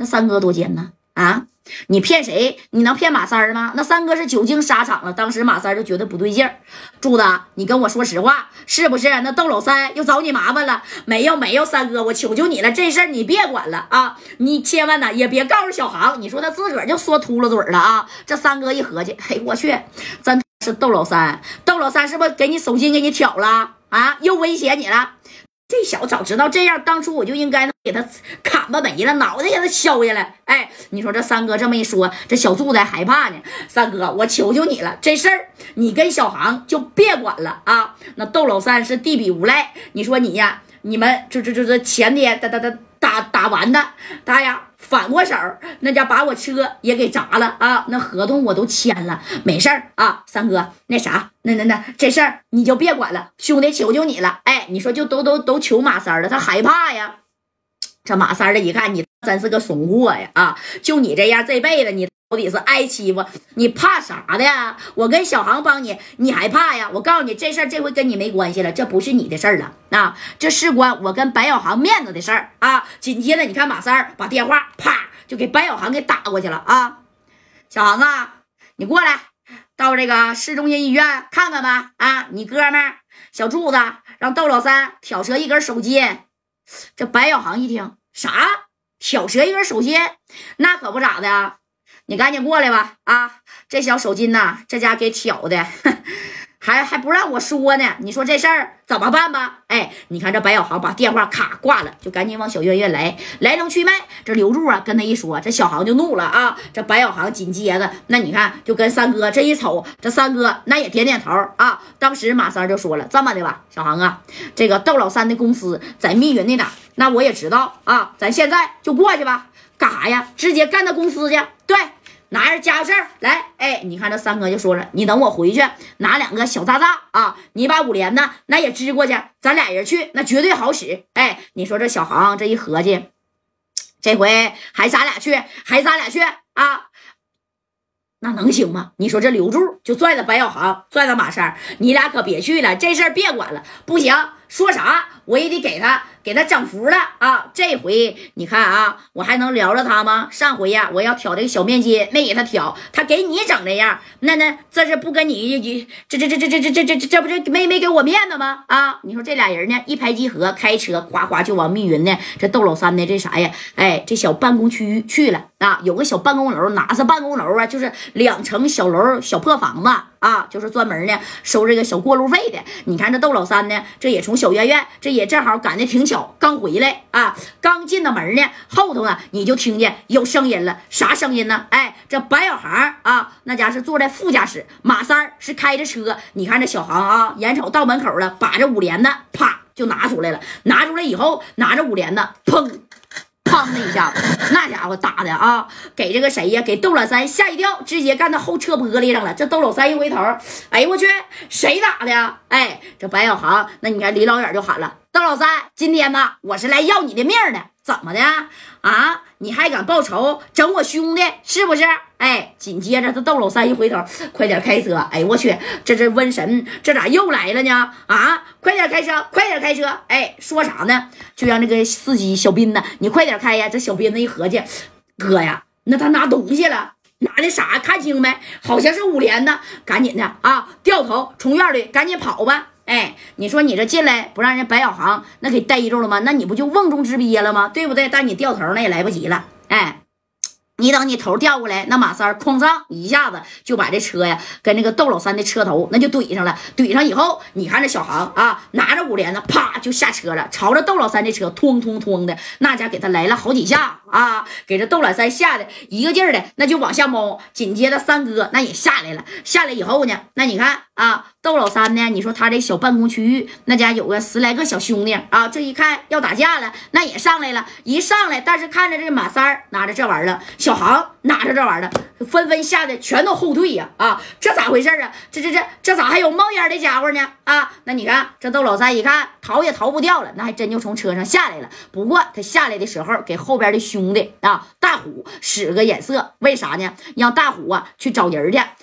那三哥多奸呢？啊，你骗谁？你能骗马三儿吗？那三哥是久经沙场了。当时马三就觉得不对劲儿，柱子，你跟我说实话，是不是那窦老三又找你麻烦了？没有，三哥，我求求你了，这事儿你别管了啊！你千万呢也别告诉小航，你说他自个儿就说秃了嘴了啊！这三哥一合计，嘿，我去，真是窦老三是不是给你手心给你挑了啊？又威胁你了？这小子早知道这样，当初我就应该给他砍吧没了，脑袋给他削下来。哎，你说这三哥这么一说，这小柱子还害怕呢。三哥，我求求你了，这事儿你跟小航就别管了啊。那窦老三是地痞无赖，你说你呀，你们这前天打完的，他呀反过手，那家把我车也给砸了啊！那合同我都签了，没事儿啊，三哥，那啥，那这事儿你就别管了，兄弟，求求你了，哎，你说就都求马三了，他害怕呀。这马三的一看，你真是个怂货呀！啊，就你这样，这辈子你到底是挨欺负，你怕啥的呀？我跟小航帮你，你还怕呀？我告诉你，这事儿这回跟你没关系了，这不是你的事儿了啊！这事关我跟白小航面子的事儿啊！紧接着，你看马三把电话啪就给白小航给打过去了啊！小航啊，你过来，到这个市中心医院看看吧！啊，你哥们儿小柱子让窦老三挑折一根手筋。这白小航一听，啥挑折一根手筋？那可不咋的啊！你赶紧过来吧！啊，这小手筋呐，这家给挑的，还不让我说呢。你说这事儿怎么办吧？哎，你看这白小航把电话卡挂了，就赶紧往小院院来龙去脉。这刘柱啊跟他一说，这小航就怒了啊！这白小航紧接着，那你看就跟三哥这一瞅，这三哥那也点点头啊。当时马三就说了，这么的吧，小航啊，这个窦老三的公司在密云那哪，那我也知道啊，咱现在就过去吧。干啥呀？直接干他公司去。对，拿着家伙事儿来。哎，你看这三哥就说了，你等我回去拿2个小渣渣啊，你把5连呢那也支过去，咱俩人去那绝对好使。哎，你说这小航这一合计，这回还咱俩去啊，那能行吗？你说这刘柱就拽着白小航，拽着马三，你俩可别去了，这事儿别管了。不行，说啥我也得给他整服了啊！这回你看啊，我还能聊着他吗？上回呀，我要挑这个小面筋，没给他挑，他给你整这样，那这是不跟你这不是没给我面子吗？啊，你说这俩人呢，一拍即合，开车哗哗就往密云呢，这窦老三的这啥呀？哎，这小办公区域去了啊，有个小办公楼，哪是办公楼啊？就是2层小楼，小破房子啊，就是专门呢收这个小过路费的。你看这窦老三呢，这也从小院院，这也正好赶得挺巧，刚回来啊，刚进到门呢，后头呢你就听见有声音了，啥声音呢？哎，这白小航啊，那家是坐在副驾驶，马三是开着车。你看这小航啊，眼瞅到门口了，把这5连呢，啪就拿出来了。拿出来以后，拿着5连呢，砰的一下子，那家伙打的啊，给这个谁呀？给窦老三吓一跳，直接干到后车玻璃上了。这窦老三一回头，哎呦我去，谁打的呀？哎，这白小航，那你看离老远就喊了，窦老三，今天呢，我是来要你的命的，怎么的啊？你还敢报仇，整我兄弟是不是？哎，紧接着这窦老三一回头，快点开车！哎，我去，这瘟神这咋又来了呢？啊，快点开车，快点开车！哎，说啥呢？就让那个司机小斌呢，你快点开呀！这小斌子一合计，哥呀，那他拿东西了。拿的啥？看清没？好像是5连的，赶紧的啊！掉头从院里赶紧跑吧！哎，你说你这进来不让人白小航那给逮住了吗？那你不就瓮中之鳖了吗？对不对？但你掉头那也来不及了。哎，你等你头掉过来，那马三哐上一下子就把这车呀跟那个窦老三的车头那就怼上了。怼上以后，你看这小航啊，拿着5连子啪就下车了，朝着窦老三的车哐的，那家给他来了好几下啊，给这窦老三吓得一个劲儿的那就往下猫。紧接着三哥那也下来了，下来以后呢，那你看啊，窦老三呢，你说他这小办公区域那家有个10来个小兄弟啊，这一看要打架了，那也上来了，一上来，但是看着这马三拿着这玩意儿了，小航拿着这玩意儿了，纷纷吓得全都后退呀！啊，这咋回事啊？这咋还有冒烟的家伙呢？啊，那你看这窦老三一看逃也逃不掉了，那还真就从车上下来了。不过他下来的时候给后边的兄弟啊大虎使个眼色，为啥呢？让大虎啊去找人去。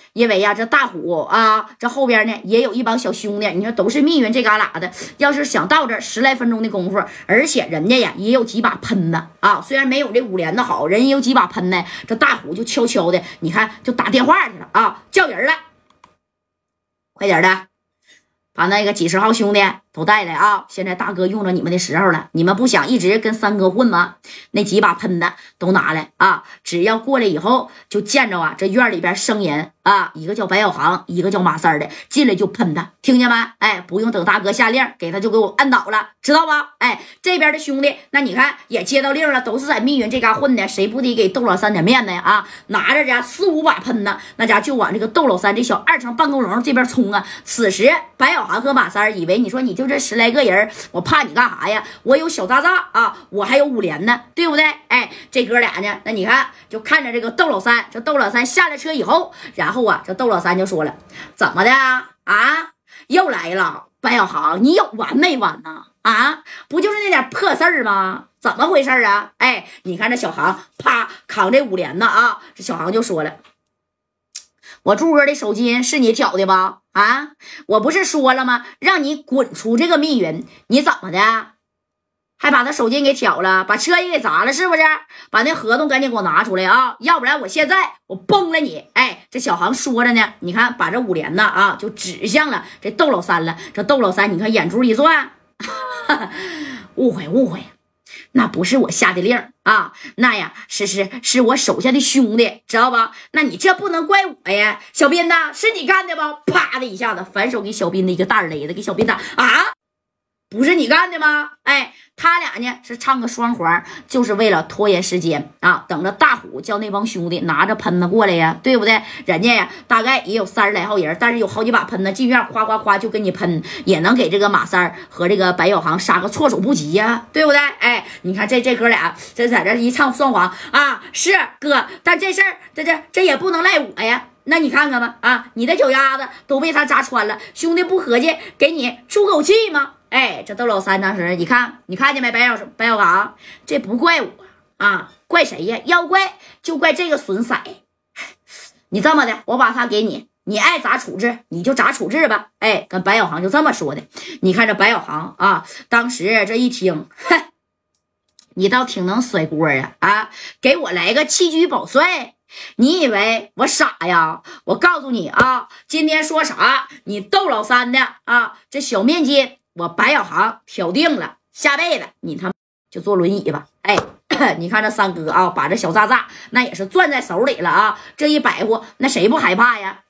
因为呀，这大虎啊，这后边呢也有一帮小兄弟，你说都是密云这旮旯的，要是想到这10来分钟的功夫，而且人家呀也有几把喷的啊，虽然没有这5连的好，人也有几把喷的，这大虎就悄悄的，你看就打电话去了啊，叫人了，快点的，把那个几10号兄弟都带来啊！现在大哥用着你们的时候了，你们不想一直跟三哥混吗？那几把喷的都拿来啊！只要过来以后，就见着啊，这院里边生人啊，一个叫白小航，一个叫马三的，进来就喷他，听见没？哎，不用等大哥下令，给他就给我按倒了，知道吧？哎，这边的兄弟，那你看也接到令了，都是在密云这嘎混的，谁不得给窦老三点面子呀？啊，拿着家4、5把喷呢，那家就往这个窦老三这小2层办公楼这边冲啊！此时白小航和马三以为你说你就这10来个人，我怕你干啥呀？我有小渣渣啊，我还有5连呢，对不对？哎，这哥俩呢，那你看就看着这个窦老三，这窦老三下了车以后，然后啊，这窦老三就说了，怎么的啊？又来了，白小航，你有完没完呢？啊，不就是那点破事儿吗？怎么回事啊？哎，你看这小航啪扛这5连呢啊，这小航就说了，我柱哥的手机是你挑的吧？啊，我不是说了吗？让你滚出这个密云，你怎么的？还把他手机给挑了，把车也给砸了，是不是？把那合同赶紧给我拿出来啊！要不然我现在我崩了你！哎，这小航说着呢，你看把这5连呢啊，就指向了这窦老三了。这窦老三，你看眼珠一转，误会。那不是我下的令啊，那呀是我手下的兄弟，知道吧？那你这不能怪我呀，小斌呐，是你干的吧？啪的一下子反手给小斌的一个大勒子，给小斌打啊！不是你干的吗？哎，他俩呢是唱个双簧，就是为了拖延时间啊，等着大虎叫那帮兄弟拿着喷子过来呀，对不对？人家呀大概也有30来号人，但是有好几把喷子进院夸夸夸就跟你喷，也能给这个马三和这个白小航杀个措手不及呀，对不对？哎，你看这哥俩这在这一唱双簧啊，是哥，但这事儿这也不能赖我呀。那你看看吧，啊，你的脚丫子都被他扎穿了，兄弟不合计给你出口气吗？哎，这窦老三当时你看见没？白小航，这不怪我啊，怪谁呀？要怪就怪这个损色。你这么的，我把他给你，你爱咋处置你就咋处置吧。哎，跟白小航就这么说的。你看这白小航啊，当时这一听，哼，你倒挺能甩锅呀！啊，给我来个弃车保帅。你以为我傻呀？我告诉你啊，今天说啥，你窦老三的啊，这小面筋我白小航挑定了，下辈子你他妈就坐轮椅吧。哎，你看这三哥啊，把这小渣渣那也是攥在手里了啊，这一摆乎，那谁不害怕呀？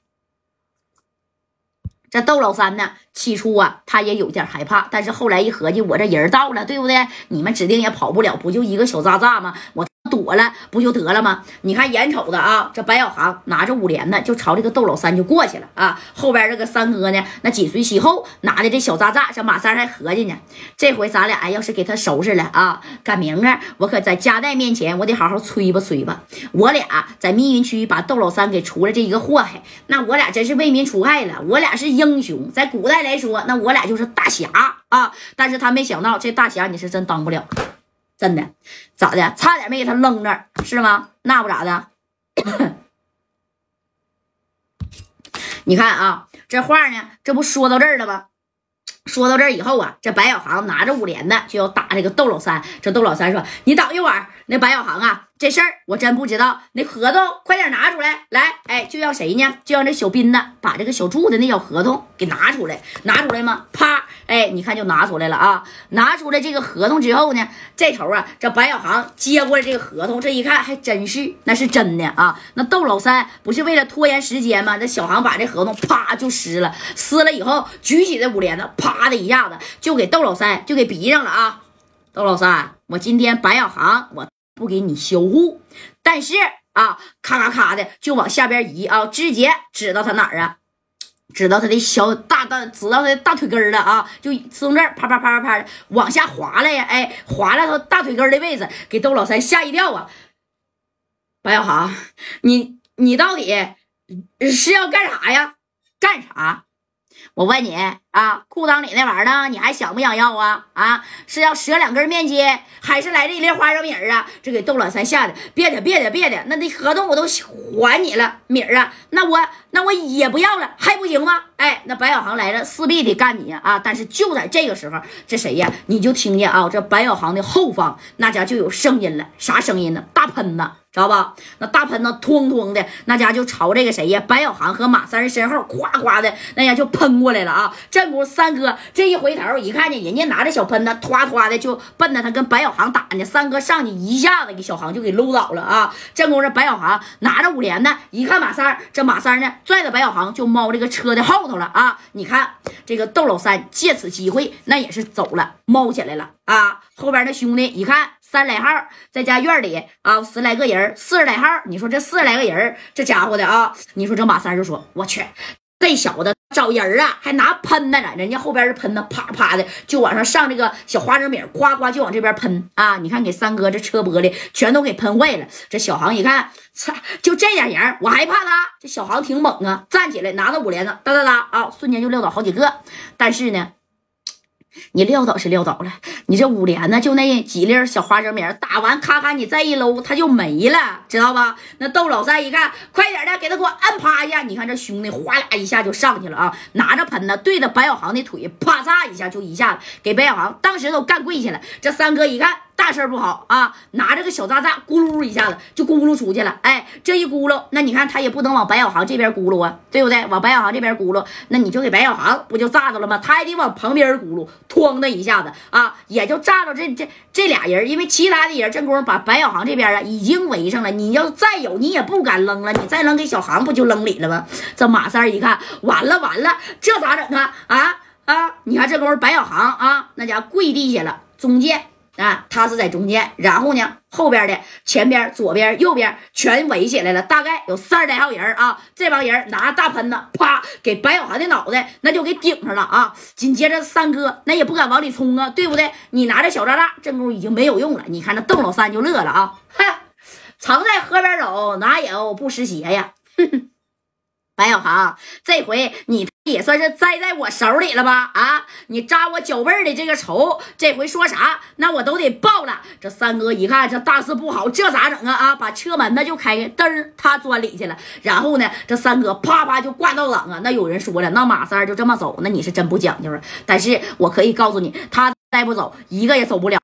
这窦老三呢，起初啊，他也有点害怕，但是后来一合计，我这人到了，对不对？你们指定也跑不了，不就一个小渣渣吗？我躲了不就得了吗？你看眼瞅着啊，这白小航拿着5连呢，就朝这个窦老三就过去了啊。后边这个三哥呢，那紧随其后，拿的这小渣渣，这马三还合计呢，这回咱俩要是给他收拾了啊，赶明儿我可在家代面前，我得好好吹吧。我俩在密云区把窦老三给除了这一个祸害，那我俩真是为民除害了，我俩是英雄，在古代来说，那我俩就是大侠啊。但是他没想到，这大侠你是真当不了。真的，咋的？差点没给他扔这儿，是吗？那不咋的。你看啊，这话呢，这不说到这儿了吗？说到这儿以后啊，这白小航拿着5连的就要打这个窦老三。这窦老三说：“你等一会儿。”那白小航啊，这事儿我真不知道。那合同快点拿出来，来，哎，就要谁呢？就让这小斌呢，把这个小柱的那小合同给拿出来，拿出来吗？啪，哎，你看就拿出来了啊！拿出来这个合同之后呢，这头啊，这白小航接过来这个合同，这一看还真是，那是真的啊！那窦老三不是为了拖延时间吗？这小航把这合同啪就撕了，撕了以后举起这5连子，啪的一下子就给窦老三就给逼上了啊！窦老三，我今天白小航我不给你销户，但是啊，咔咔咔的就往下边移啊，直接指到他哪儿啊？指到他的指到他的大腿根了啊，就从这儿啪的往下滑了呀，哎，滑了他大腿根的位置，给窦老三吓一跳啊！白小航，你到底是要干啥呀？干啥？ 我问你啊，裤裆里那玩意儿呢？你还想不想要啊？啊，是要折2根面筋，还是来这一粒花生米啊？这给窦老三吓得别的，那合同我都还你了，米儿啊，那我也不要了，还不行吗？哎，那白小航来了，势必得干你啊！但是就在这个时候，这谁呀？你就听见啊，这白小航的后方那家就有声音了，啥声音呢？大喷子。知道吧？那大喷子通通的，那家就朝这个谁呀？白小航和马三身后夸夸的，那家就喷过来了啊！这股三哥这一回头，一看见人家拿着小喷子，唰唰的就奔着他跟白小航打呢。三哥上去一下子给小航就给搂倒了啊！这功夫白小航拿着5连的，一看马三，这马三呢拽着白小航就猫这个车的后头了啊！你看这个窦老三借此机会，那也是走了，猫起来了啊！后边的兄弟一看。30来号，在家院里啊，10来个人，40来号。你说这40来个人，这家伙的啊，你说这马三就说：“我去，这小子找人啊，还拿喷呢，人家后边是喷呢，啪啪的就往上上这个小花生米，呱呱就往这边喷啊！你看给三哥这车玻璃全都给喷坏了。这小航一看，操，就这点人，我还怕他？这小航挺猛啊，站起来拿着5连子，哒哒哒啊，瞬间就撂倒好几个。但是呢。”你撂倒是撂倒了，你这5连呢，就那几粒小花生米打完，咔咔你再一搂，它就没了，知道吧？那窦老三一看，快点的，给他给我按趴下！你看这兄弟哗啦一下就上去了啊，拿着盆子对着白小航的腿，啪嚓一下就一下子给白小航当时都干跪下了。这三哥一看。大事不好啊！拿着个小渣渣，咕噜一下子就咕噜出去了。哎，这一咕噜，那你看他也不能往白小航这边咕噜啊，对不对？往白小航这边咕噜，那你就给白小航不就炸着了吗？他还得往旁边咕噜，哐的一下子啊，也就炸着这俩人。因为其他的人正功把白小航这边啊已经围上了，你要再有你也不敢扔了，你再扔给小航不就扔里了吗？这马三一看，完了，这咋整啊？你看这功夫白小航啊，那家跪地下了，中间。啊，他是在中间，然后呢，后边的、前边、左边、右边全围起来了，大概有30来号人啊。这帮人拿着大喷子，啪给白小航的脑袋那就给顶上了啊。紧接着三哥那也不敢往里冲啊，对不对？你拿着小渣渣，这功夫已经没有用了。你看这窦老三就乐了啊，哼，常在河边走，哪有不湿鞋呀？白小航，这回你也算是栽在我手里了吧？啊，你扎我脚背的这个仇，这回说啥那我都得报了。这三哥一看这大事不好，这咋整啊？把车门呢就开开，噔，他钻里去了。然后呢，这三哥啪啪就挂倒档啊。那有人说了，那马三就这么走，那你是真不讲究啊。但是我可以告诉你，他再不走，一个也走不了。